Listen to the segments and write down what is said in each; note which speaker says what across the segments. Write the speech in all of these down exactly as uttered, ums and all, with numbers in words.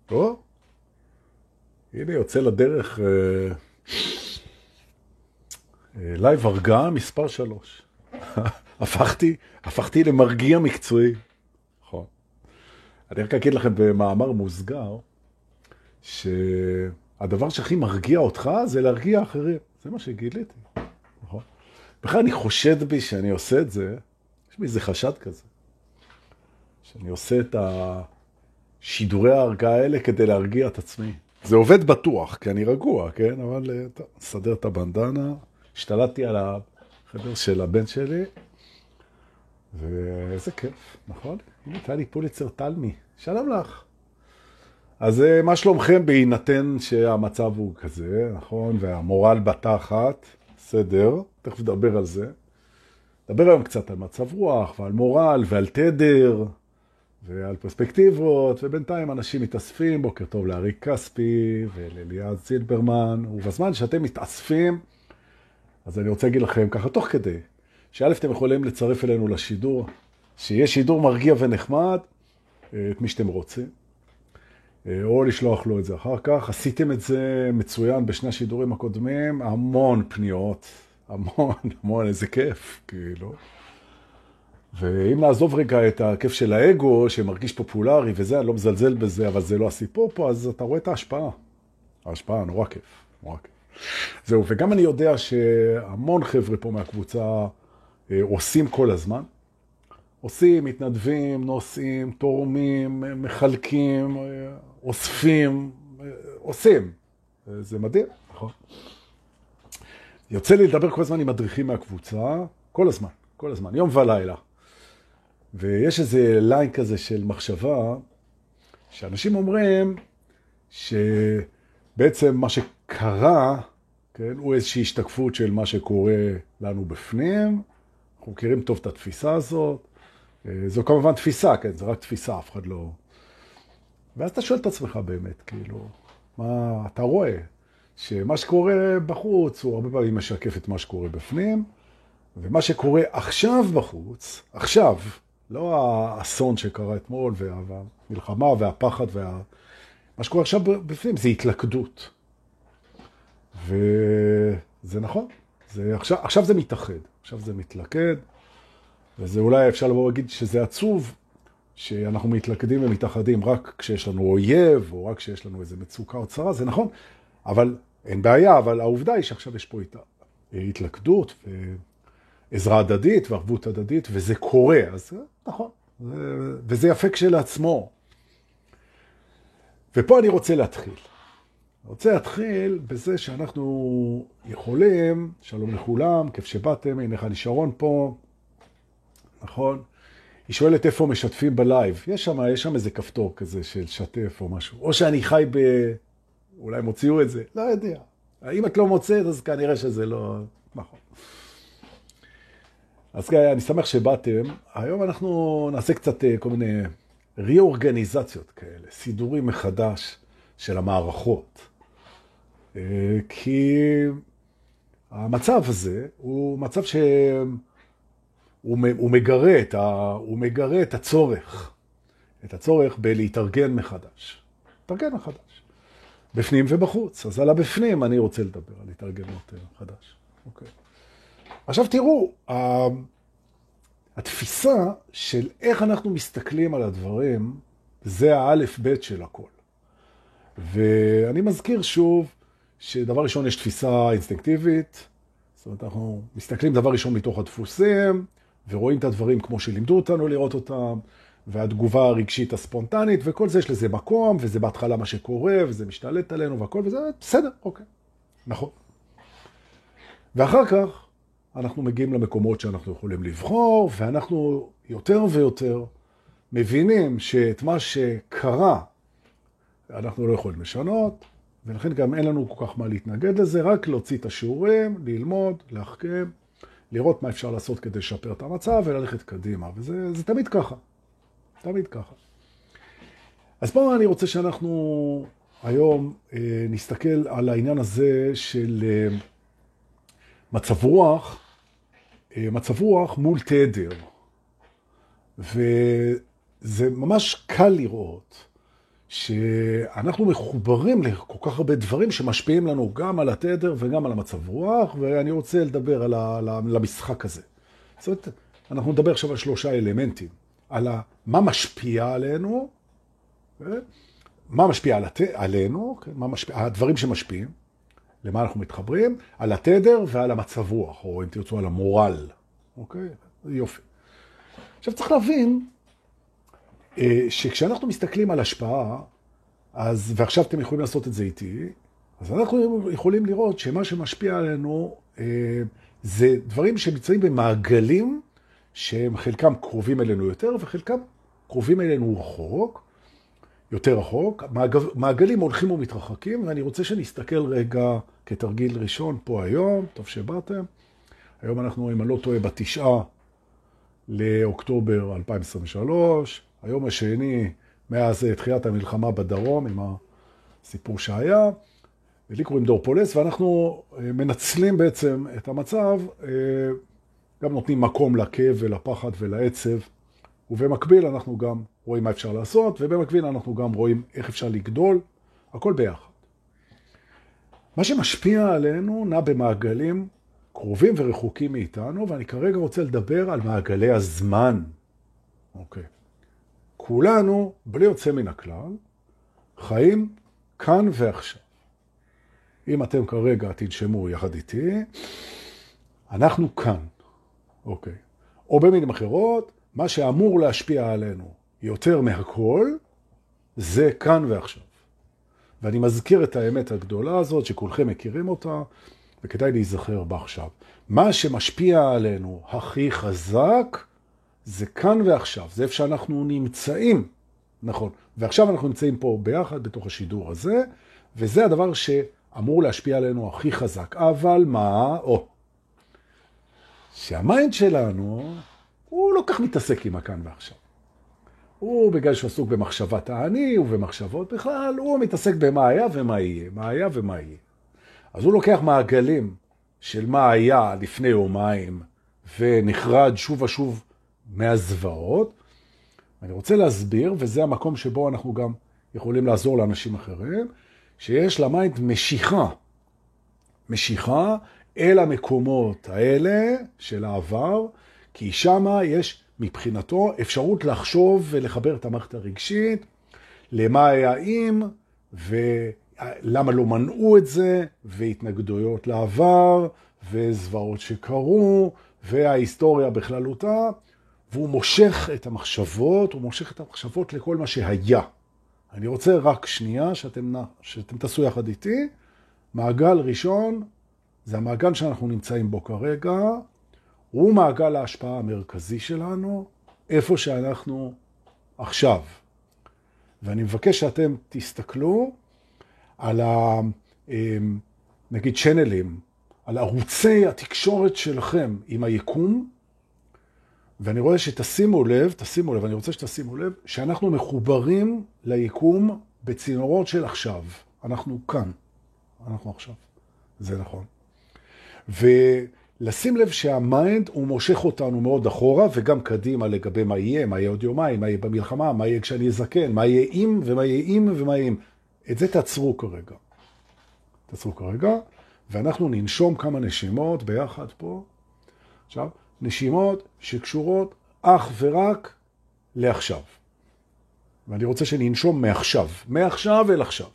Speaker 1: או, הנה יוצא לדרך אה, אה, לייב הרגעה מספר שלוש. הפכתי, הפכתי למרגיע מקצועי. נכון. אני רק אגיד לכם במאמר מוסגר, שהדבר שהכי מרגיע אותך זה להרגיע אחרים. זה מה שגיליתי. נכון. בכלל אני חושד בי שאני עושה את זה, יש בי איזה חשד כזה, שאני עושה את השידורי ההרגעה האלה כדי להרגיע את עצמי. זה עובד בטוח, כי אני רגוע, כן? אבל אה, טוב, נסדר את הבנדנה, השתלטתי על החדר של הבן שלי, ואיזה כיף, נכון? הנה, הייתה לי פוליצר תלמי, שלום לך. אז אה, מה שלומכם בהינתן שהמצב הוא כזה, נכון? והמורל בתחת, סדר, תכף נדבר על זה. נדבר היום קצת על מצב רוח ועל מורל ועל תדר ועל פרספקטיבות, ובינתיים אנשים מתאספים, בוקר טוב לאריק כספי ולליעד זילברמן, ובזמן שאתם מתאספים, אז אני רוצה להגיד לכם ככה תוך כדי, שא' אתם יכולים לצרף אלינו לשידור, שיהיה שידור מרגיע ונחמד, את מי שאתם רוצים, או לשלוח לו את זה אחר כך. עשיתם את זה מצוין בשני השידורים הקודמים, המון פניות, המון, המון, איזה כיף, כאילו. ואם נעזוב רגע את הכיף של האגו, שמרגיש פופולרי וזה, אני לא מזלזל בזה, אבל זה לא הסיפור פה, אז אתה רואה את ההשפעה. ההשפעה, נורא כיף, נורא כיף. זהו, וגם אני יודע שהמון חבר'ה פה מהקבוצה אה, עושים כל הזמן. עושים, מתנדבים, נוסעים, תורמים, מחלקים, אה, אוספים, אה, עושים. אה, זה מדהים, נכון? יוצא לי לדבר כל הזמן עם מדריכים מהקבוצה, כל הזמן, כל הזמן, יום ולילה. ויש איזה ליין כזה של מחשבה, שאנשים אומרים שבעצם מה שקרה, כן, הוא איזושהי השתקפות של מה שקורה לנו בפנים. אנחנו מכירים טוב את התפיסה הזאת. זו כמובן תפיסה, כן, זה רק תפיסה, אף אחד לא... ואז אתה שואל את עצמך באמת, כאילו, מה אתה רואה? שמה שקורה בחוץ הוא הרבה פעמים משקף את מה שקורה בפנים, ומה שקורה עכשיו בחוץ, עכשיו, לא האסון שקרה אתמול, והמלחמה והפחד, וה... מה שקורה עכשיו בפנים זה התלכדות. וזה נכון. זה עכשיו, עכשיו זה מתאחד, עכשיו זה מתלכד, וזה אולי אפשר לבוא להגיד שזה עצוב, שאנחנו מתלכדים ומתאחדים רק כשיש לנו אויב, או רק כשיש לנו איזה מצוקה או צרה, זה נכון. אבל אין בעיה, אבל העובדה היא שעכשיו יש פה התלכדות, ועזרה הדדית וערבות הדדית, וזה קורה, אז נכון. וזה יפה כשלעצמו. ופה אני רוצה להתחיל. אני רוצה להתחיל בזה שאנחנו יכולים, שלום לכולם, כיף שבאתם, הנה חני שרון פה, נכון? היא שואלת איפה משתפים בלייב. יש שם, יש שם איזה כפתור כזה של שתף או משהו. או שאני חי ב... אולי מוציאו את זה, לא יודע. אם את לא מוצאת, אז כנראה שזה לא... נכון. אז אני שמח שבאתם. היום אנחנו נעשה קצת כל מיני ריאורגניזציות כאלה, סידורים מחדש של המערכות. כי המצב הזה הוא מצב שהוא מגרה את, ה... הוא מגרה את הצורך, את הצורך בלהתארגן מחדש. להתארגן מחדש. בפנים ובחוץ. אז על הבפנים אני רוצה לדבר, על התארגנות מחדש. אוקיי. עכשיו תראו, התפיסה של איך אנחנו מסתכלים על הדברים, זה האלף בית של הכל. ואני מזכיר שוב, שדבר ראשון יש תפיסה אינסטינקטיבית, זאת אומרת אנחנו מסתכלים דבר ראשון מתוך הדפוסים, ורואים את הדברים כמו שלימדו אותנו לראות אותם, והתגובה הרגשית הספונטנית, וכל זה יש לזה מקום, וזה בהתחלה מה שקורה, וזה משתלט עלינו והכל, וזה בסדר, אוקיי, נכון. ואחר כך אנחנו מגיעים למקומות שאנחנו יכולים לבחור, ואנחנו יותר ויותר מבינים שאת מה שקרה, אנחנו לא יכולים לשנות, ולכן גם אין לנו כל כך מה להתנגד לזה, רק להוציא את השיעורים, ללמוד, להחכם, לראות מה אפשר לעשות כדי לשפר את המצב וללכת קדימה, וזה זה תמיד ככה, תמיד ככה. אז פה אני רוצה שאנחנו היום אה, נסתכל על העניין הזה של אה, מצב רוח, אה, מצב רוח מול תדר, וזה ממש קל לראות, שאנחנו מחוברים לכל כך הרבה דברים שמשפיעים לנו גם על התדר וגם על המצב רוח, ואני רוצה לדבר על המשחק הזה. זאת אומרת, אנחנו נדבר עכשיו על שלושה אלמנטים, על מה משפיע עלינו, מה משפיע על הת... עלינו, מה משפיע... הדברים שמשפיעים, למה אנחנו מתחברים, על התדר ועל המצב רוח, או אם תרצו על המורל. אוקיי? יופי. עכשיו צריך להבין, שכשאנחנו מסתכלים על השפעה, אז, ועכשיו אתם יכולים לעשות את זה איתי, אז אנחנו יכולים לראות שמה שמשפיע עלינו, זה דברים שנמצאים במעגלים, שהם חלקם קרובים אלינו יותר, וחלקם קרובים אלינו רחוק, יותר רחוק. מעגלים הולכים ומתרחקים, ואני רוצה שנסתכל רגע כתרגיל ראשון פה היום, טוב שבאתם. היום אנחנו, אם אני לא טועה, בתשעה לאוקטובר אלפיים עשרים ושלוש, היום השני מאז תחילת המלחמה בדרום, עם הסיפור שהיה, ולי קוראים דור פולס, ואנחנו מנצלים בעצם את המצב, גם נותנים מקום לכאב ולפחד ולעצב, ובמקביל אנחנו גם רואים מה אפשר לעשות, ובמקביל אנחנו גם רואים איך אפשר לגדול, הכל ביחד. מה שמשפיע עלינו נע במעגלים קרובים ורחוקים מאיתנו, ואני כרגע רוצה לדבר על מעגלי הזמן. אוקיי. כולנו, בלי יוצא מן הכלל, חיים כאן ועכשיו. אם אתם כרגע תנשמו יחד איתי, אנחנו כאן. אוקיי. או במילים אחרות, מה שאמור להשפיע עלינו יותר מהכל, זה כאן ועכשיו. ואני מזכיר את האמת הגדולה הזאת, שכולכם מכירים אותה, וכדאי להיזכר בה עכשיו. מה שמשפיע עלינו הכי חזק, זה כאן ועכשיו. זה איפה שאנחנו נמצאים. נכון. ועכשיו אנחנו נמצאים פה ביחד בתוך השידור הזה, וזה הדבר שאמור להשפיע עלינו הכי חזק. אבל מה? או, שהמיינד שלנו, הוא לא כך מתעסק עם הכאן ועכשיו. הוא בגלל שהוא עסוק במחשבת העני ובמחשבות בכלל, הוא מתעסק במה היה ומה יהיה. מה היה ומה יהיה. אז הוא לוקח מעגלים של מה היה לפני יומיים, ונחרד שוב ושוב מהזוועות. אני רוצה להסביר, וזה המקום שבו אנחנו גם יכולים לעזור לאנשים אחרים, שיש למיינד משיכה. משיכה אל המקומות האלה של העבר, כי שמה יש מבחינתו אפשרות לחשוב ולחבר את המערכת הרגשית, למה היה אם, ולמה לא מנעו את זה, והתנגדויות לעבר, וזוועות שקרו, וההיסטוריה בכללותה, והוא מושך את המחשבות, הוא מושך את המחשבות לכל מה שהיה. אני רוצה רק שנייה שאתם, שאתם תעשו יחד איתי. מעגל ראשון, זה המעגל שאנחנו נמצאים בו כרגע, הוא מעגל ההשפעה המרכזי שלנו, איפה שאנחנו עכשיו. ואני מבקש שאתם תסתכלו על ה, נגיד, צ'נלים, על ערוצי התקשורת שלכם עם היקום, ואני רואה שתשימו לב, תשימו לב, אני רוצה שתשימו לב, שאנחנו מחוברים ליקום בצינורות של עכשיו. אנחנו כאן. אנחנו עכשיו. זה נכון. ולשים לב שהמיינד הוא מושך אותנו מאוד אחורה, וגם קדימה לגבי מה יהיה, מה יהיה עוד יומיים, מה יהיה במלחמה, מה יהיה כשאני אזקן, מה יהיה אם ומה יהיה אם ומה יהיה אם. את זה תעצרו כרגע. תעצרו כרגע, ואנחנו ננשום כמה נשימות ביחד פה. עכשיו, נשימות שקשורות אך ורק לעכשיו. ואני רוצה שננשום מעכשיו, מעכשיו אל עכשיו.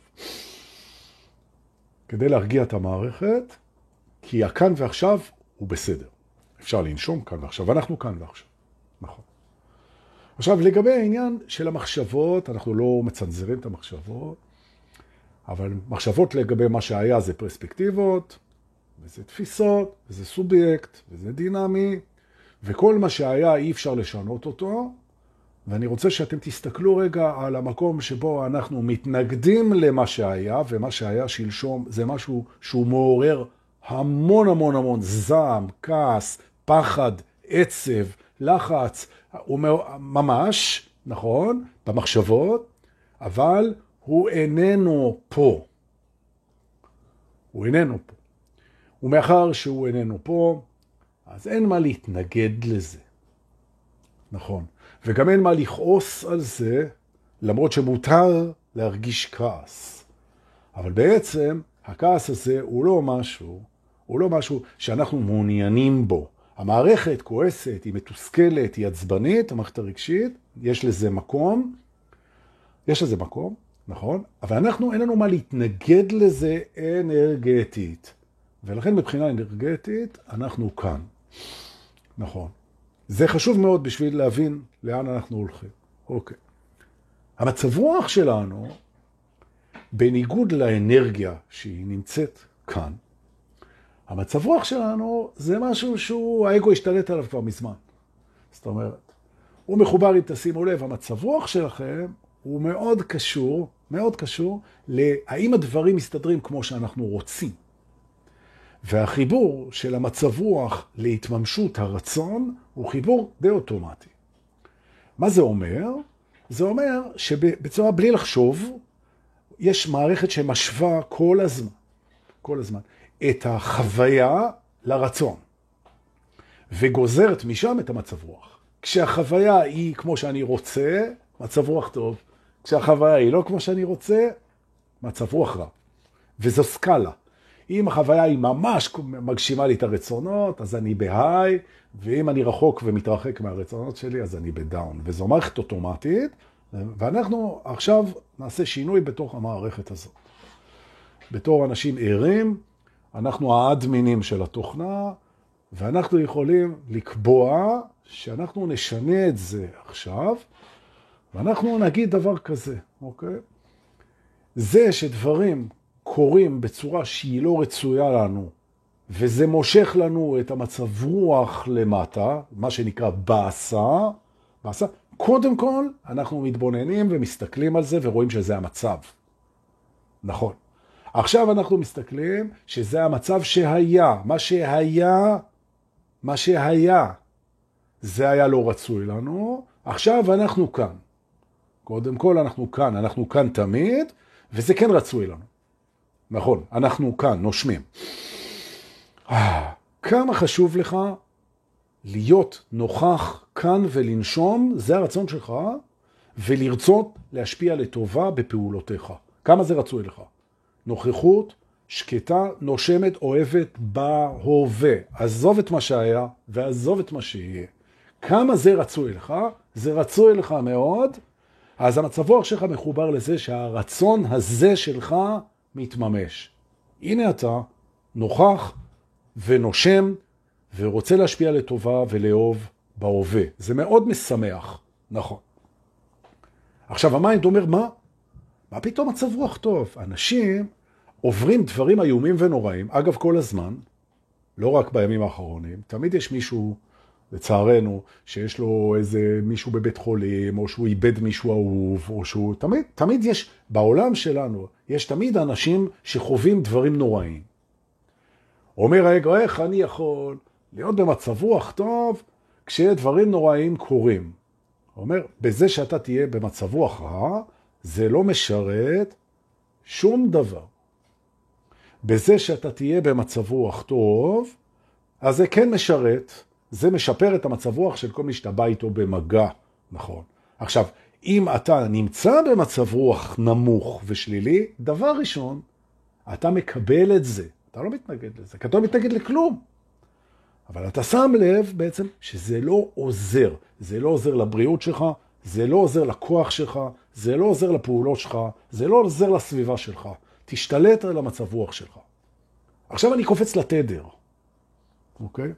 Speaker 1: כדי להרגיע את המערכת, כי הכאן ועכשיו הוא בסדר. אפשר לנשום כאן ועכשיו, ואנחנו כאן ועכשיו. נכון. עכשיו, לגבי העניין של המחשבות, אנחנו לא מצנזרים את המחשבות, אבל מחשבות לגבי מה שהיה זה פרספקטיבות, וזה תפיסות, וזה סובייקט, וזה דינמי, וכל מה שהיה אי אפשר לשנות אותו, ואני רוצה שאתם תסתכלו רגע על המקום שבו אנחנו מתנגדים למה שהיה, ומה שהיה שלשום זה משהו שהוא מעורר המון המון המון זעם, כעס, פחד, עצב, לחץ, ממש, נכון, במחשבות, אבל הוא איננו פה. הוא איננו פה. ומאחר שהוא איננו פה, אז אין מה להתנגד לזה. נכון. וגם אין מה לכעוס על זה, למרות שמותר להרגיש כעס. אבל בעצם הכעס הזה הוא לא משהו, הוא לא משהו שאנחנו מעוניינים בו. המערכת כועסת, היא מתוסכלת, היא עצבנית, המערכת הרגשית, יש לזה מקום, יש לזה מקום, נכון? אבל אנחנו, אין לנו מה להתנגד לזה אנרגטית. ולכן מבחינה אנרגטית, אנחנו כאן. נכון. זה חשוב מאוד בשביל להבין לאן אנחנו הולכים. אוקיי. המצב רוח שלנו, בניגוד לאנרגיה שהיא נמצאת כאן, המצב רוח שלנו זה משהו שהוא, האגו השתלט עליו כבר מזמן. זאת אומרת, הוא מחובר, אם תשימו לב, המצב רוח שלכם הוא מאוד קשור, מאוד קשור, להאם הדברים מסתדרים כמו שאנחנו רוצים. והחיבור של המצב רוח להתממשות הרצון הוא חיבור די אוטומטי. מה זה אומר? זה אומר שבצורה בלי לחשוב, יש מערכת שמשווה כל הזמן, כל הזמן, את החוויה לרצון, וגוזרת משם את המצב רוח. כשהחוויה היא כמו שאני רוצה, מצב רוח טוב. כשהחוויה היא לא כמו שאני רוצה, מצב רוח רע. וזו סקאלה. אם החוויה היא ממש מגשימה לי את הרצונות, אז אני בהיי, ואם אני רחוק ומתרחק מהרצונות שלי, אז אני בדאון. וזו מערכת אוטומטית, ואנחנו עכשיו נעשה שינוי בתוך המערכת הזאת. בתור אנשים ערים, אנחנו האדמינים של התוכנה, ואנחנו יכולים לקבוע שאנחנו נשנה את זה עכשיו, ואנחנו נגיד דבר כזה, אוקיי? זה שדברים קורים בצורה שהיא לא רצויה לנו, וזה מושך לנו את המצב רוח למטה, מה שנקרא בעשה, בעשה, קודם כל אנחנו מתבוננים ומסתכלים על זה ורואים שזה המצב. נכון. עכשיו אנחנו מסתכלים שזה המצב שהיה, מה שהיה, מה שהיה, זה היה לא רצוי לנו, עכשיו אנחנו כאן. קודם כל אנחנו כאן, אנחנו כאן תמיד, וזה כן רצוי לנו. נכון, אנחנו כאן, נושמים. כמה חשוב לך להיות נוכח כאן ולנשום, זה הרצון שלך, ולרצות להשפיע לטובה בפעולותיך. כמה זה רצוי לך? נוכחות, שקטה, נושמת, אוהבת בהווה. עזוב את מה שהיה ועזוב את מה שיהיה. כמה זה רצוי לך? זה רצוי לך מאוד. אז המצב רוח שלך מחובר לזה שהרצון הזה שלך מתממש. הנה אתה נוכח ונושם ורוצה להשפיע לטובה ולאהוב בהווה. זה מאוד משמח. נכון. עכשיו המיינד אומר מה? מה פתאום מצב רוח טוב? אנשים עוברים דברים איומים ונוראים, אגב כל הזמן, לא רק בימים האחרונים, תמיד יש מישהו, לצערנו, שיש לו איזה מישהו בבית חולים, או שהוא איבד מישהו אהוב, או שהוא, תמיד, תמיד יש, בעולם שלנו, יש תמיד אנשים שחווים דברים נוראים. אומר האגו, איך אני יכול להיות במצב רוח טוב, כשדברים נוראים קורים? אומר, בזה שאתה תהיה במצב רוח רע, זה לא משרת שום דבר. בזה שאתה תהיה במצב רוח טוב, אז זה כן משרת, זה משפר את המצב רוח של כל מי שאתה בא איתו במגע, נכון. עכשיו, אם אתה נמצא במצב רוח נמוך ושלילי, דבר ראשון, אתה מקבל את זה. אתה לא מתנגד לזה, כי אתה לא מתנגד לכלום. אבל אתה שם לב בעצם שזה לא עוזר. זה לא עוזר לבריאות שלך, זה לא עוזר לכוח שלך, זה לא עוזר לפעולות שלך, זה לא עוזר לסביבה שלך. תשתלט על המצב רוח שלך. עכשיו אני קופץ לתדר. אוקיי?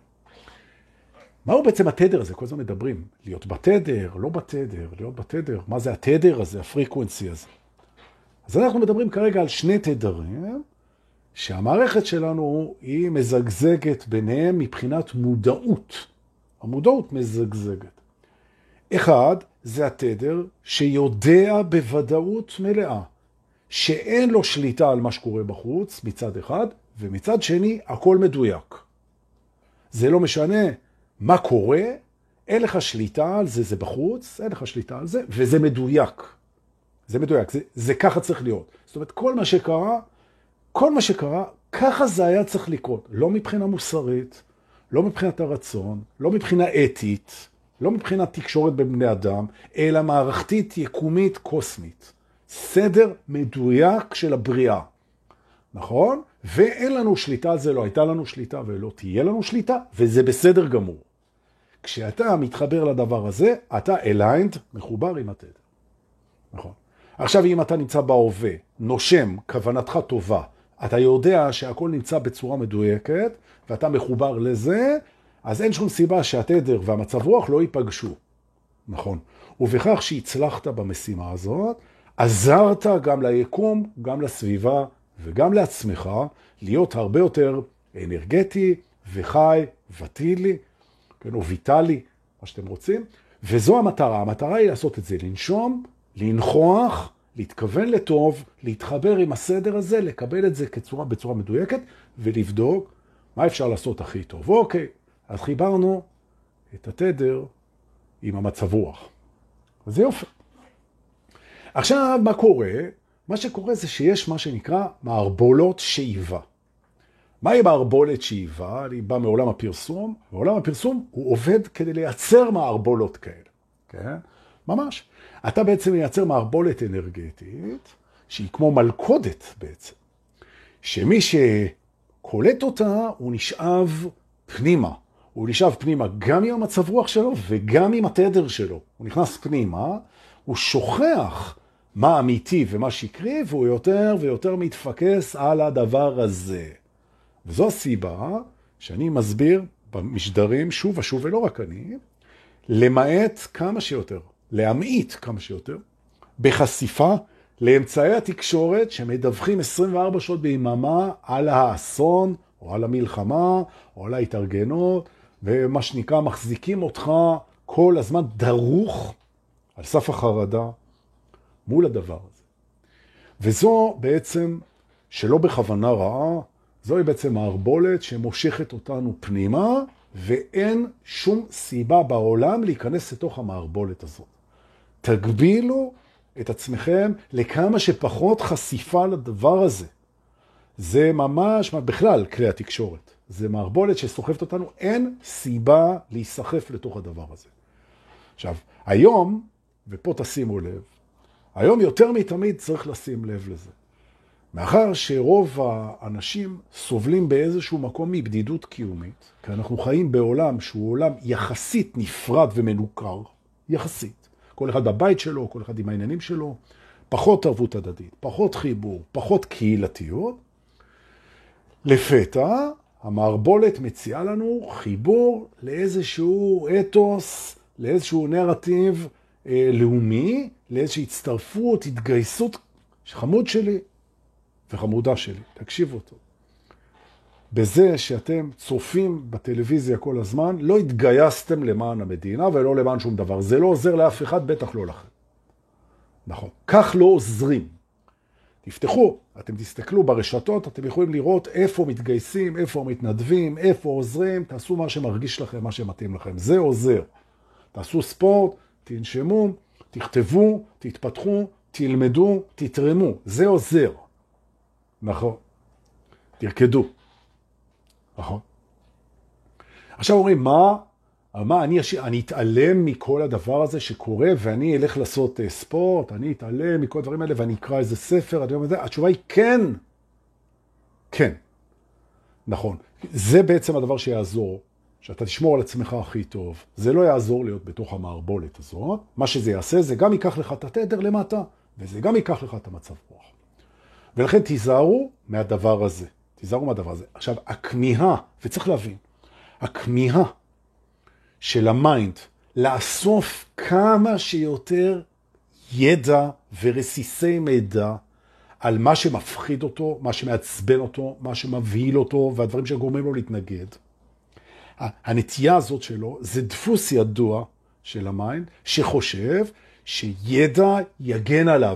Speaker 1: מהו בעצם התדר הזה? כל הזמן מדברים. להיות בתדר, לא בתדר, להיות בתדר. מה זה התדר הזה, הפריקוונסי הזה? אז אנחנו מדברים כרגע על שני תדרים, שהמערכת שלנו היא מזגזגת ביניהם מבחינת מודעות. המודעות מזגזגת. אחד, זה התדר שיודע בוודאות מלאה, שאין לו שליטה על מה שקורה בחוץ מצד אחד, ומצד שני הכל מדויק. זה לא משנה מה קורה, אין לך שליטה על זה, זה בחוץ, אין לך שליטה על זה, וזה מדויק. זה מדויק, זה, זה ככה צריך להיות. זאת אומרת, כל מה שקרה, כל מה שקרה, ככה זה היה צריך לקרות. לא מבחינה מוסרית, לא מבחינת הרצון, לא מבחינה אתית, לא מבחינת תקשורת בין בני אדם, אלא מערכתית, יקומית, קוסמית. סדר מדויק של הבריאה. נכון? ואין לנו שליטה על זה, לא הייתה לנו שליטה ולא תהיה לנו שליטה, וזה בסדר גמור. כשאתה מתחבר לדבר הזה, אתה aligned, מחובר עם התדר. נכון. עכשיו, אם אתה נמצא בהווה, נושם, כוונתך טובה, אתה יודע שהכל נמצא בצורה מדויקת, ואתה מחובר לזה, אז אין שום סיבה שהתדר והמצב רוח לא ייפגשו. נכון. ובכך שהצלחת במשימה הזאת, עזרת גם ליקום, גם לסביבה, וגם לעצמך, להיות הרבה יותר אנרגטי וחי וטילי, כן, או ויטלי, מה שאתם רוצים. וזו המטרה. המטרה היא לעשות את זה, לנשום, לנחוח, להתכוון לטוב, להתחבר עם הסדר הזה, לקבל את זה כצורה, בצורה מדויקת, ולבדוק מה אפשר לעשות הכי טוב. אוקיי, אז חיברנו את התדר עם המצב רוח. וזה יופי. עכשיו, מה קורה? מה שקורה זה שיש מה שנקרא מערבולות שאיבה. מהי מערבולת שאיבה? אני בא מעולם הפרסום. בעולם הפרסום הוא עובד כדי לייצר מערבולות כאלה. כן? ממש. אתה בעצם מייצר מערבולת אנרגטית, שהיא כמו מלכודת בעצם. שמי שקולט אותה, הוא נשאב פנימה. הוא נשאב פנימה גם עם המצב רוח שלו וגם עם התדר שלו. הוא נכנס פנימה, הוא שוכח מה אמיתי ומה שקרי, והוא יותר ויותר מתפקס על הדבר הזה. וזו הסיבה שאני מסביר במשדרים שוב ושוב, ולא רק אני, למעט כמה שיותר, להמעיט כמה שיותר, בחשיפה לאמצעי התקשורת שמדווחים עשרים וארבע שעות ביממה על האסון, או על המלחמה, או על ההתארגנות, ומה שנקרא מחזיקים אותך כל הזמן דרוך על סף החרדה מול הדבר הזה. וזו בעצם, שלא בכוונה רעה, זוהי בעצם מערבולת שמושכת אותנו פנימה, ואין שום סיבה בעולם להיכנס לתוך המערבולת הזאת. תגבילו את עצמכם לכמה שפחות חשיפה לדבר הזה. זה ממש, בכלל, כלי התקשורת. זה מערבולת שסוחפת אותנו, אין סיבה להיסחף לתוך הדבר הזה. עכשיו, היום, ופה תשימו לב, היום יותר מתמיד צריך לשים לב לזה. מאחר שרוב האנשים סובלים באיזשהו מקום מבדידות קיומית, כי אנחנו חיים בעולם שהוא עולם יחסית נפרד ומנוכר, יחסית. כל אחד בבית שלו, כל אחד עם העניינים שלו, פחות ערבות הדדית, פחות חיבור, פחות קהילתיות. לפתע, המערבולת מציעה לנו חיבור לאיזשהו אתוס, לאיזשהו נרטיב אה, לאומי, לאיזושהי הצטרפות, התגייסות, חמוד שלי וחמודה שלי, תקשיבו אותו. בזה שאתם צופים בטלוויזיה כל הזמן, לא התגייסתם למען המדינה ולא למען שום דבר. זה לא עוזר לאף אחד, בטח לא לכם. נכון. כך לא עוזרים. תפתחו, אתם תסתכלו ברשתות, אתם יכולים לראות איפה מתגייסים, איפה מתנדבים, איפה עוזרים, תעשו מה שמרגיש לכם, מה שמתאים לכם. זה עוזר. תעשו ספורט, תנשמו, תכתבו, תתפתחו, תלמדו, תתרמו. זה עוזר. נכון. תרקדו. נכון. עכשיו אומרים, מה? מה, אני, אני אתעלם מכל הדבר הזה שקורה, ואני אלך לעשות uh, ספורט, אני אתעלם מכל הדברים האלה, ואני אקרא איזה ספר, אני אומר, התשובה היא כן. כן. נכון. זה בעצם הדבר שיעזור, שאתה תשמור על עצמך הכי טוב. זה לא יעזור להיות בתוך המערבולת הזאת. מה שזה יעשה, זה גם ייקח לך את התדר למטה, וזה גם ייקח לך את המצב רוח. ולכן תיזהרו מהדבר הזה. תיזהרו מהדבר הזה. עכשיו, הכמיהה, וצריך להבין, הכמיהה של המיינד לאסוף כמה שיותר ידע ורסיסי מידע על מה שמפחיד אותו, מה שמעצבן אותו, מה שמבהיל אותו, והדברים שגורמים לו להתנגד. הנטייה הזאת שלו זה דפוס ידוע של המיינד, שחושב שידע יגן עליו.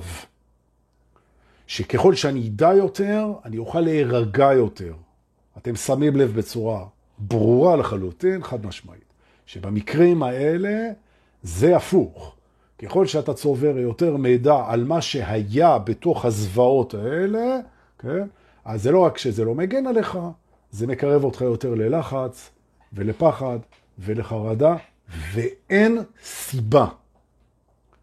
Speaker 1: שככל שאני ידע יותר, אני אוכל להירגע יותר. אתם שמים לב בצורה ברורה לחלוטין, חד משמעית. שבמקרים האלה זה הפוך. ככל שאתה צובר יותר מידע על מה שהיה בתוך הזוועות האלה, כן? אז זה לא רק שזה לא מגן עליך, זה מקרב אותך יותר ללחץ ולפחד ולחרדה, ואין סיבה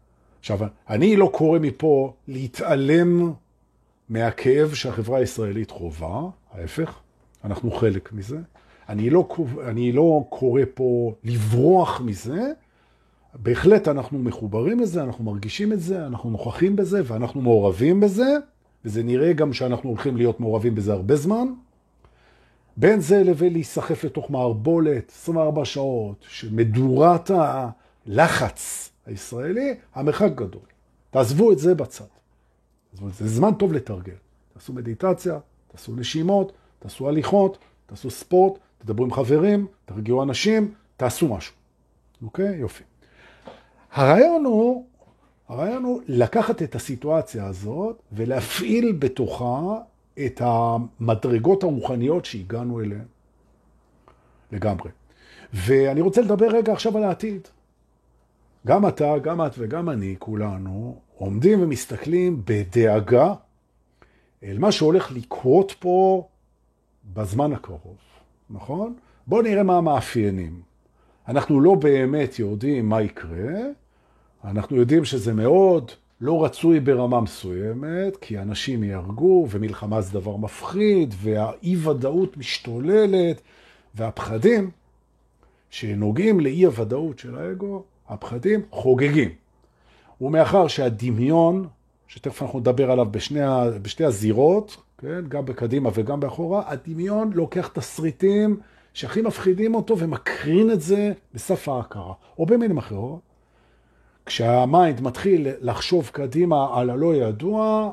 Speaker 1: עכשיו, אני לא קורא מפה להתעלם מהכאב שהחברה הישראלית חובה, ההפך, אנחנו חלק מזה. אני לא, אני לא קורא פה לברוח מזה, בהחלט אנחנו מחוברים לזה, אנחנו מרגישים את זה, אנחנו נוכחים בזה ואנחנו מעורבים בזה, וזה נראה גם שאנחנו הולכים להיות מעורבים בזה הרבה זמן. בין זה לבין להיסחף לתוך מערבולת עשרים וארבע שעות, שמדורת הלחץ הישראלי, המרחק גדול. תעזבו את זה בצד. זה זמן טוב לתרגל. תעשו מדיטציה, תעשו נשימות, תעשו הליכות, תעשו ספורט, תדברו עם חברים, תרגיעו אנשים, תעשו משהו. אוקיי? יופי. הרעיון הוא, הרעיון הוא לקחת את הסיטואציה הזאת ולהפעיל בתוכה את המדרגות הרוחניות שהגענו אליהן לגמרי. ואני רוצה לדבר רגע עכשיו על העתיד. גם אתה, גם את וגם אני, כולנו, עומדים ומסתכלים בדאגה אל מה שהולך לקרות פה בזמן הקרוב, נכון? בואו נראה מה המאפיינים. אנחנו לא באמת יודעים מה יקרה, אנחנו יודעים שזה מאוד לא רצוי ברמה מסוימת, כי אנשים יהרגו, ומלחמה זה דבר מפחיד, והאי-ודאות משתוללת, והפחדים שנוגעים לאי-הוודאות של האגו, הפחדים חוגגים. ומאחר שהדמיון, שתכף אנחנו נדבר עליו בשני, בשתי הזירות, כן? גם בקדימה וגם באחורה, הדמיון לוקח תסריטים שהכי מפחידים אותו ומקרין את זה בסף ההכרה. או במילים אחרות, כשהמיינד מתחיל לחשוב קדימה על הלא ידוע,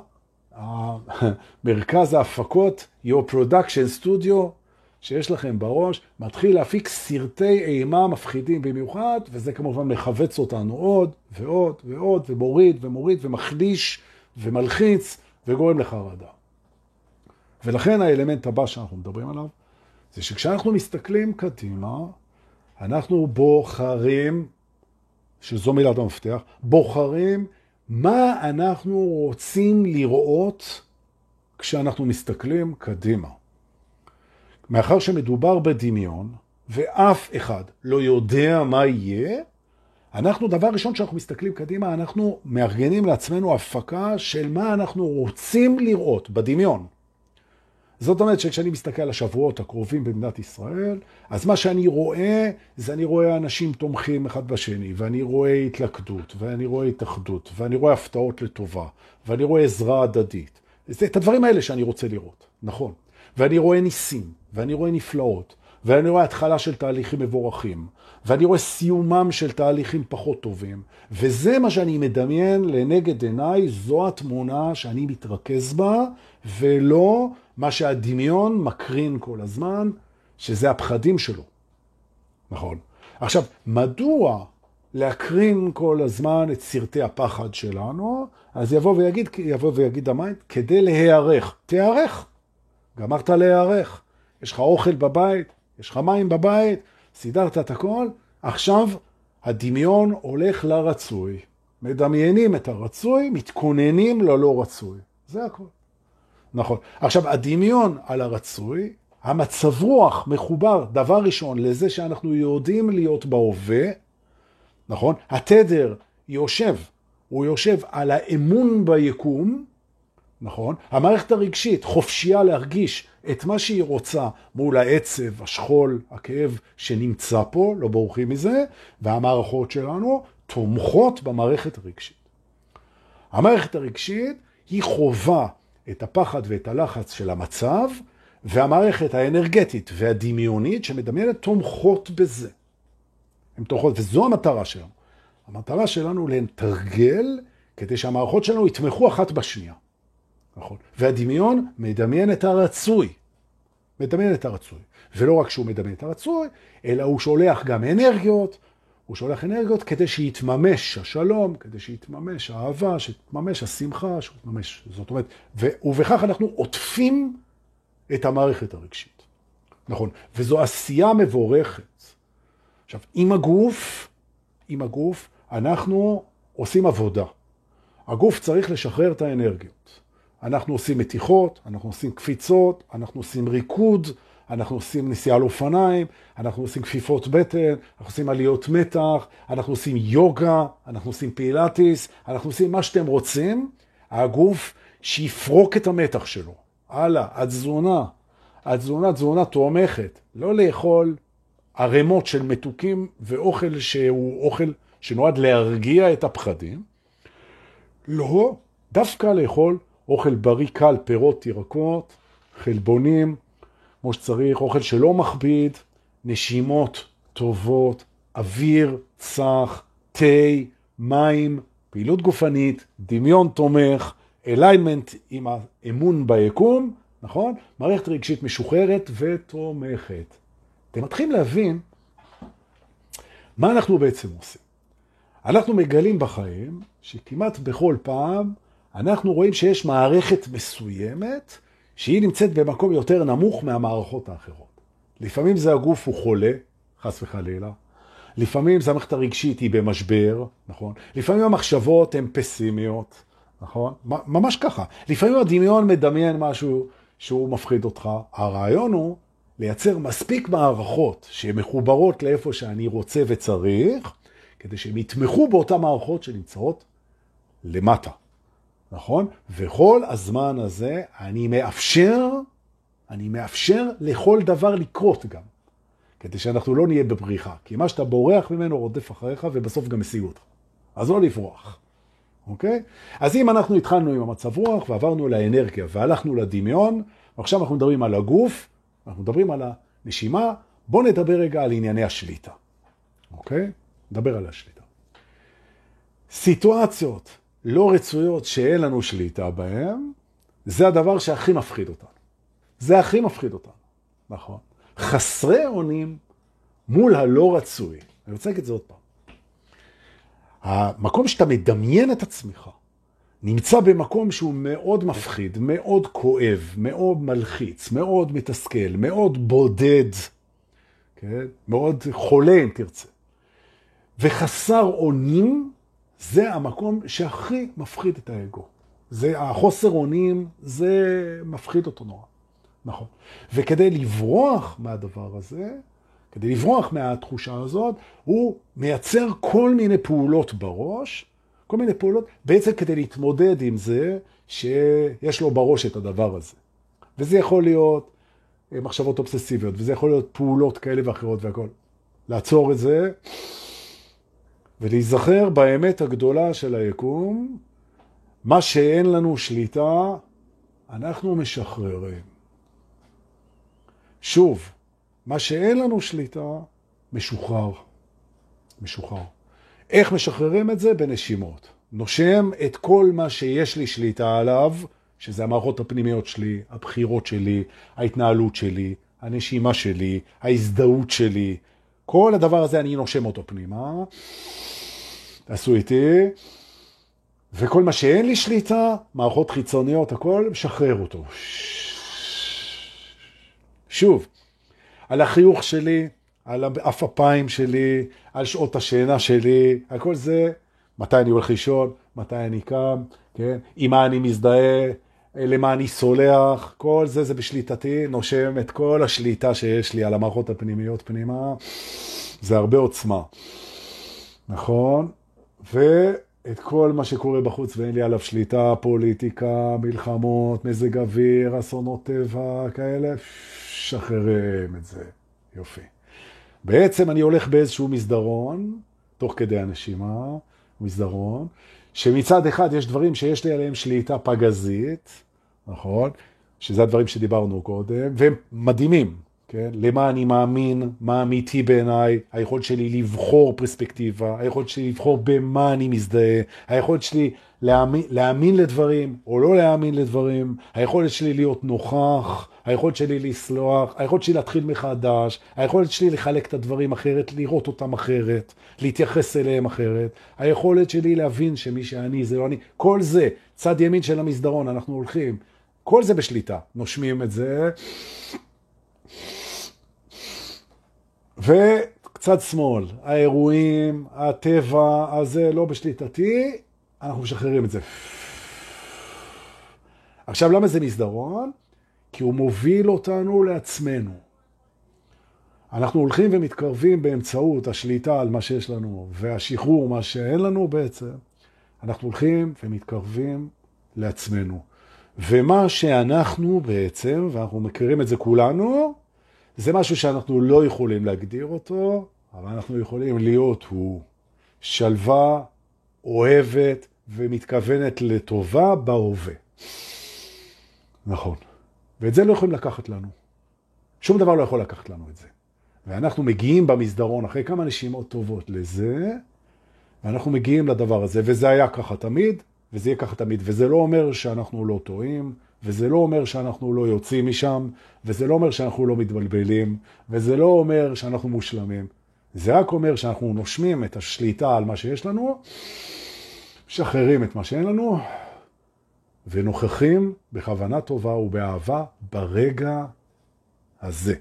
Speaker 1: מרכז ההפקות, your production studio, שיש לכם בראש, מתחיל להפיק סרטי אימה מפחידים במיוחד, וזה כמובן מחווץ אותנו עוד ועוד ועוד, ומוריד ומוריד ומחליש ומלחיץ וגורם לחרדה. ולכן האלמנט הבא שאנחנו מדברים עליו, זה שכשאנחנו מסתכלים קדימה, אנחנו בוחרים, שזו מילת המפתח, בוחרים מה אנחנו רוצים לראות כשאנחנו מסתכלים קדימה. מאחר שמדובר בדמיון, ואף אחד לא יודע מה יהיה, אנחנו, דבר ראשון שאנחנו מסתכלים קדימה, אנחנו מארגנים לעצמנו הפקה של מה אנחנו רוצים לראות בדמיון. זאת אומרת שכשאני מסתכל על השבועות הקרובים במדינת ישראל, אז מה שאני רואה, זה אני רואה אנשים תומכים אחד בשני, ואני רואה התלכדות, ואני רואה התאחדות, ואני רואה הפתעות לטובה, ואני רואה עזרה הדדית. זה את הדברים האלה שאני רוצה לראות, נכון. ואני רואה ניסים, ואני רואה נפלאות, ואני רואה התחלה של תהליכים מבורכים, ואני רואה סיומם של תהליכים פחות טובים, וזה מה שאני מדמיין לנגד עיניי, זו התמונה שאני מתרכז בה, ולא מה שהדמיון מקרין כל הזמן, שזה הפחדים שלו. נכון. עכשיו, מדוע להקרין כל הזמן את סרטי הפחד שלנו? אז יבוא ויגיד, יבוא ויגיד המיינד, כדי להיערך. תיערך. גמרת להיערך. יש לך אוכל בבית, יש לך מים בבית, סידרת את הכל. עכשיו הדמיון הולך לרצוי. מדמיינים את הרצוי, מתכוננים ללא רצוי. זה הכל. נכון. עכשיו, הדמיון על הרצוי, המצב רוח מחובר דבר ראשון לזה שאנחנו יודעים להיות בהווה, נכון? התדר יושב, הוא יושב על האמון ביקום, נכון? המערכת הרגשית חופשייה להרגיש את מה שהיא רוצה מול העצב, השכול, הכאב שנמצא פה, לא בורחים מזה, והמערכות שלנו תומכות במערכת הרגשית. המערכת הרגשית היא חובה את הפחד ואת הלחץ של המצב, והמערכת האנרגטית והדמיונית שמדמיינת תומכות בזה. הן תומכות, וזו המטרה שלנו. המטרה שלנו לתרגל כדי שהמערכות שלנו יתמכו אחת בשנייה. נכון. והדמיון מדמיין את הרצוי. מדמיין את הרצוי. ולא רק שהוא מדמיין את הרצוי, אלא הוא שולח גם אנרגיות, הוא שולח אנרגיות כדי שיתממש השלום, כדי שיתממש האהבה, שיתממש השמחה, שיתממש, זאת אומרת, ו- ובכך אנחנו עוטפים את המערכת הרגשית. נכון. וזו עשייה מבורכת. עכשיו, עם הגוף, עם הגוף, אנחנו עושים עבודה. הגוף צריך לשחרר את האנרגיות. אנחנו עושים מתיחות, אנחנו עושים קפיצות, אנחנו עושים ריקוד, אנחנו עושים נסיעה על אופניים, אנחנו עושים כפיפות בטן, אנחנו עושים עליות מתח, אנחנו עושים יוגה, אנחנו עושים פילאטיס, אנחנו עושים מה שאתם רוצים, הגוף שיפרוק את המתח שלו. הלאה, התזונה, התזונה, תזונה תומכת, לא לאכול ערימות של מתוקים ואוכל שהוא אוכל שנועד להרגיע את הפחדים, לא, דווקא לאכול אוכל בריא קל, פירות, ירקות, חלבונים, כמו שצריך, אוכל שלא מכביד, נשימות טובות, אוויר, צח, תה, מים, פעילות גופנית, דמיון תומך, אליינמנט עם האמון ביקום, נכון? מערכת רגשית משוחררת ותומכת. אתם מתחילים להבין מה אנחנו בעצם עושים. אנחנו מגלים בחיים שכמעט בכל פעם אנחנו רואים שיש מערכת מסוימת שהיא נמצאת במקום יותר נמוך מהמערכות האחרות. לפעמים זה הגוף הוא חולה, חס וחלילה. לפעמים זה המערכת הרגשית היא במשבר, נכון? לפעמים המחשבות הן פסימיות, נכון? ממש ככה. לפעמים הדמיון מדמיין משהו שהוא מפחיד אותך. הרעיון הוא לייצר מספיק מערכות שהן מחוברות לאיפה שאני רוצה וצריך, כדי שהם יתמכו באותן מערכות שנמצאות למטה. נכון? וכל הזמן הזה אני מאפשר, אני מאפשר לכל דבר לקרות גם. כדי שאנחנו לא נהיה בבריחה. כי מה שאתה בורח ממנו רודף אחריך ובסוף גם משיג אותך. אז לא לברוח. אוקיי? אז אם אנחנו התחלנו עם המצב רוח ועברנו לאנרגיה והלכנו לדמיון, ועכשיו אנחנו מדברים על הגוף, אנחנו מדברים על הנשימה, בואו נדבר רגע על ענייני השליטה. אוקיי? נדבר על השליטה. סיטואציות לא רצויות שאין לנו שליטה בהן, זה הדבר שהכי מפחיד אותנו. זה הכי מפחיד אותנו. נכון. חסרי אונים מול הלא רצוי. אני רוצה להגיד את זה עוד פעם. המקום שאתה מדמיין את עצמך, נמצא במקום שהוא מאוד מפחיד, מאוד כואב, מאוד מלחיץ, מאוד מתסכל, מאוד בודד, כן? מאוד חולה אם תרצה. וחסר אונים זה המקום שהכי מפחיד את האגו. זה החוסר אונים, זה מפחיד אותו נורא. נכון. וכדי לברוח מהדבר הזה, כדי לברוח מהתחושה הזאת, הוא מייצר כל מיני פעולות בראש, כל מיני פעולות, בעצם כדי להתמודד עם זה שיש לו בראש את הדבר הזה. וזה יכול להיות מחשבות אובססיביות, וזה יכול להיות פעולות כאלה ואחרות והכל. לעצור את זה, ולהיזכר באמת הגדולה של היקום, מה שאין לנו שליטה, אנחנו משחררים. שוב, מה שאין לנו שליטה, משוחרר. משוחרר. איך משחררים את זה? בנשימות. נושם את כל מה שיש לי שליטה עליו, שזה המערכות הפנימיות שלי, הבחירות שלי, ההתנהלות שלי, הנשימה שלי, ההזדהות שלי. כל הדבר הזה אני נושם אותו פנימה. תעשו איתי. וכל מה שאין לי שליטה, מערכות חיצוניות, הכל, משחרר אותו. שוב, על החיוך שלי, על אף הפיים שלי, על שעות השינה שלי, הכל זה, מתי אני הולך לישון, מתי אני קם, כן? עם מה אני מזדהה, למה אני סולח, כל זה זה בשליטתי, נושם את כל השליטה שיש לי על המערכות הפנימיות פנימה, זה הרבה עוצמה. נכון? ואת כל מה שקורה בחוץ ואין לי עליו שליטה, פוליטיקה, מלחמות, מזג אוויר, אסונות טבע, כאלה, שחררים את זה. יופי. בעצם אני הולך באיזשהו מסדרון, תוך כדי הנשימה, מסדרון, שמצד אחד יש דברים שיש לי עליהם שליטה פגזית, נכון? שזה הדברים שדיברנו קודם, והם מדהימים, כן? למה אני מאמין, מה אמיתי בעיניי, היכולת שלי לבחור פרספקטיבה, היכולת שלי לבחור במה אני מזדהה, היכולת שלי להאמין, להאמין לדברים או לא להאמין לדברים, היכולת שלי להיות נוכח, היכולת שלי לסלוח, היכולת שלי להתחיל מחדש, היכולת שלי לחלק את הדברים אחרת, לראות אותם אחרת, להתייחס אליהם אחרת, היכולת שלי להבין שמי שאני זה לא אני, כל זה, צד ימין של המסדרון, אנחנו הולכים, כל זה בשליטה, נושמים את זה, וקצת שמאל, האירועים, הטבע, הזה לא בשליטתי, אנחנו משחררים את זה. עכשיו למה זה מסדרון? כי הוא מוביל אותנו לעצמנו. אנחנו הולכים ומתקרבים באמצעות השליטה על מה שיש לנו והשחרור מה שאין לנו בעצם, אנחנו הולכים ומתקרבים לעצמנו. ומה שאנחנו בעצם, ואנחנו מכירים את זה כולנו, זה משהו שאנחנו לא יכולים להגדיר אותו, אבל אנחנו יכולים להיות הוא שלווה, אוהבת ומתכוונת לטובה בהווה. נכון. ואת זה לא יכולים לקחת לנו. שום דבר לא יכול לקחת לנו את זה. ואנחנו מגיעים במסדרון אחרי כמה נשימות טובות לזה, ואנחנו מגיעים לדבר הזה, וזה היה ככה תמיד, וזה יהיה ככה תמיד, וזה לא אומר שאנחנו לא טועים, וזה לא אומר שאנחנו לא יוצאים משם, וזה לא אומר שאנחנו לא מתבלבלים, וזה לא אומר שאנחנו מושלמים. זה רק אומר שאנחנו נושמים את השליטה על מה שיש לנו, משחררים את מה שאין לנו, ונוכחים בכוונה טובה ובאהבה ברגע הזה.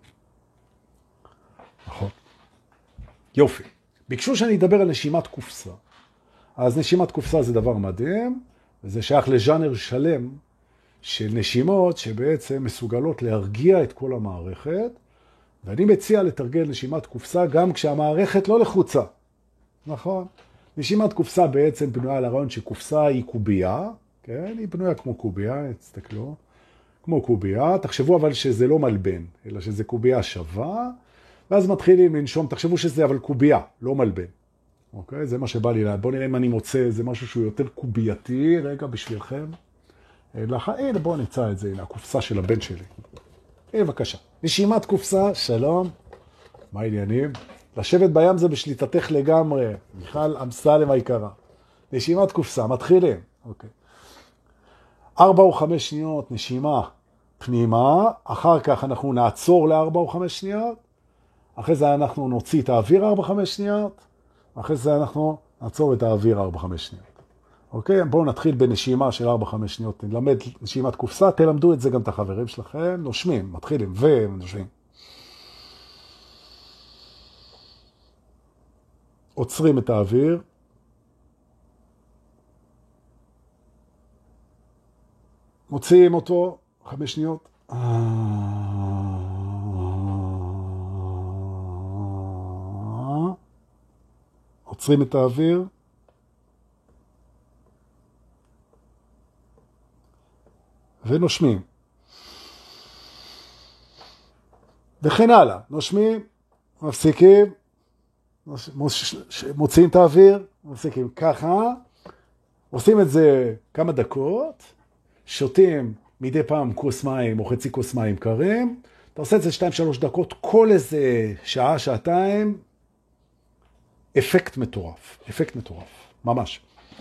Speaker 1: נכון. יופי. ביקשו שאני אדבר על נשימת קופסה. אז נשימת קופסה זה דבר מדהים, וזה שייך לז'אנר שלם של נשימות שבעצם מסוגלות להרגיע את כל המערכת, ואני מציע לתרגל נשימת קופסה גם כשהמערכת לא לחוצה. נכון? נשימת קופסה בעצם בנויה על הרעיון שקופסה היא קובייה, כן? היא בנויה כמו קובייה, תסתכלו, כמו קובייה, תחשבו אבל שזה לא מלבן, אלא שזה קובייה שווה, ואז מתחילים לנשום, תחשבו שזה אבל קובייה, לא מלבן. אוקיי? זה מה שבא לי לה. בואו נראה אם אני מוצא, זה משהו שהוא יותר קובייתי, רגע בשבילכם. לך, הנה בואו נמצא את זה, הנה הקופסה של הבן שלי. הנה בבקשה. נשימת קופסה, שלום. מה העניינים? לשבת בים זה בשליטתך לגמרי. מיכל אמסלם היקרה. נשימת קופסה, מתחילים. אוקיי. ארבע או חמש שניות נשימה פנימה, אחר כך אנחנו נעצור לארבע או חמש שניות, אחרי זה אנחנו נוציא את האוויר ארבע חמש שניות, אחרי זה אנחנו נעצור את האוויר ארבע חמש שניות. אוקיי? בואו נתחיל בנשימה של ארבע חמש שניות, נלמד נשימת קופסה, תלמדו את זה גם את החברים שלכם, נושמים, מתחילים ונושמים. עוצרים את האוויר, מוציאים אותו, חמש שניות. עוצרים את האוויר. ונושמים. וכן הלאה. נושמים, מפסיקים, מוציאים את האוויר, מפסיקים ככה. עושים את זה כמה דקות. שותים מדי פעם כוס מים או חצי כוס מים קרים, אתה עושה את זה שתיים שלוש דקות, כל איזה שעה, שעתיים, אפקט מטורף, אפקט מטורף, ממש.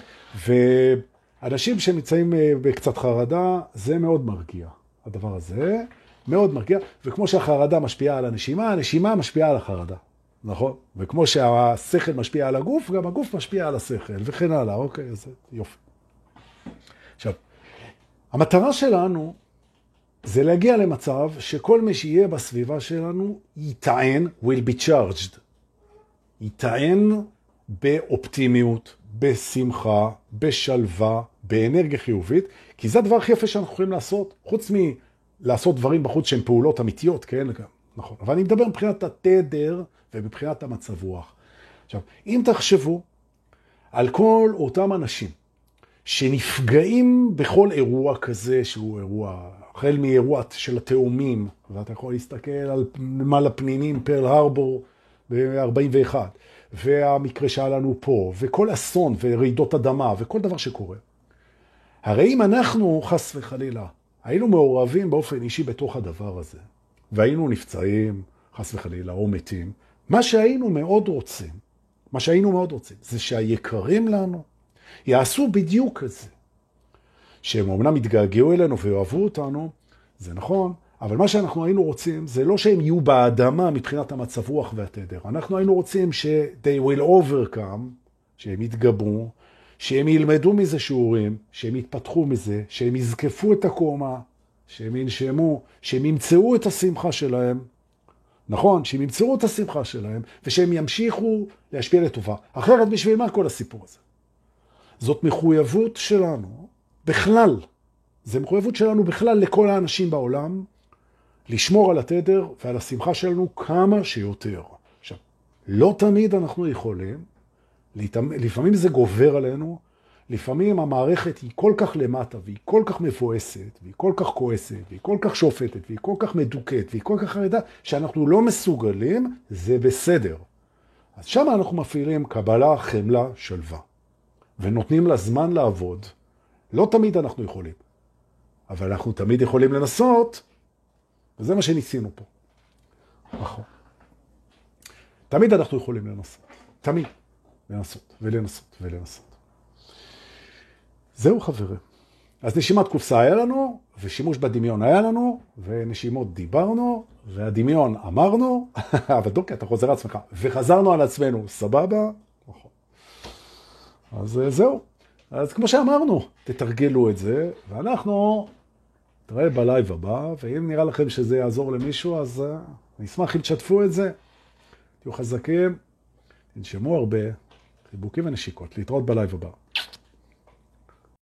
Speaker 1: ואנשים שנמצאים בקצת חרדה, זה מאוד מרגיע, הדבר הזה, מאוד מרגיע, וכמו שהחרדה משפיעה על הנשימה, הנשימה משפיעה על החרדה, נכון? וכמו שהשכל משפיע על הגוף, גם הגוף משפיע על השכל, וכן הלאה, אוקיי, אז יופי. עכשיו, המטרה שלנו זה להגיע למצב שכל מי שיהיה בסביבה שלנו יטען, will be charged. יטען באופטימיות, בשמחה, בשלווה, באנרגיה חיובית, כי זה הדבר הכי יפה שאנחנו יכולים לעשות, חוץ מלעשות דברים בחוץ שהם פעולות אמיתיות, כן? נכון. אבל אני מדבר מבחינת התדר ומבחינת המצב רוח. עכשיו, אם תחשבו על כל אותם אנשים, שנפגעים בכל אירוע כזה שהוא אירוע, החל מאירוע של התאומים, ואתה יכול להסתכל על נמל הפנינים, פרל הרבור ב-ארבעים ואחת, והמקרה שהיה לנו פה, וכל אסון ורעידות אדמה, וכל דבר שקורה. הרי אם אנחנו, חס וחלילה, היינו מעורבים באופן אישי בתוך הדבר הזה, והיינו נפצעים, חס וחלילה, או מתים, מה שהיינו מאוד רוצים, מה שהיינו מאוד רוצים, זה שהיקרים לנו, יעשו בדיוק את זה. שהם אומנם יתגעגעו אלינו ויאהבו אותנו, זה נכון, אבל מה שאנחנו היינו רוצים זה לא שהם יהיו באדמה מבחינת המצב רוח והתדר. אנחנו היינו רוצים ש- they will overcome, שהם יתגברו, שהם ילמדו מזה שיעורים, שהם יתפתחו מזה, שהם יזקפו את הקומה, שהם ינשמו, שהם ימצאו את השמחה שלהם. נכון, שהם ימצאו את השמחה שלהם, ושהם ימשיכו להשפיע לטובה. אחרת בשביל מה כל הסיפור הזה? זאת מחויבות שלנו בכלל. זה מחויבות שלנו בכלל לכל האנשים בעולם, לשמור על התדר ועל השמחה שלנו כמה שיותר. עכשיו, לא תמיד אנחנו יכולים, לפעמים זה גובר עלינו, לפעמים המערכת היא כל כך למטה, והיא כל כך מבואסת, והיא כל כך כועסת, והיא כל כך שופטת, והיא כל כך מדוכאת, והיא כל כך חרדה, שאנחנו לא מסוגלים, זה בסדר. אז שם אנחנו מפעילים קבלה, חמלה, שלווה. ונותנים לה זמן לעבוד. לא תמיד אנחנו יכולים, אבל אנחנו תמיד יכולים לנסות, וזה מה שניסינו פה. נכון. תמיד אנחנו יכולים לנסות. תמיד. לנסות, ולנסות, ולנסות. זהו חברים. אז נשימת קופסה היה לנו, ושימוש בדמיון היה לנו, ונשימות דיברנו, והדמיון אמרנו, אבל דוקא, אתה חוזר עצמך, וחזרנו על עצמנו, סבבה? נכון. אז זהו. אז כמו שאמרנו, תתרגלו את זה, ואנחנו נתראה בלייב הבא, ואם נראה לכם שזה יעזור למישהו, אז אני אשמח אם תשתפו את זה. תהיו חזקים, תנשמו הרבה, חיבוקים ונשיקות, להתראות בלייב הבא.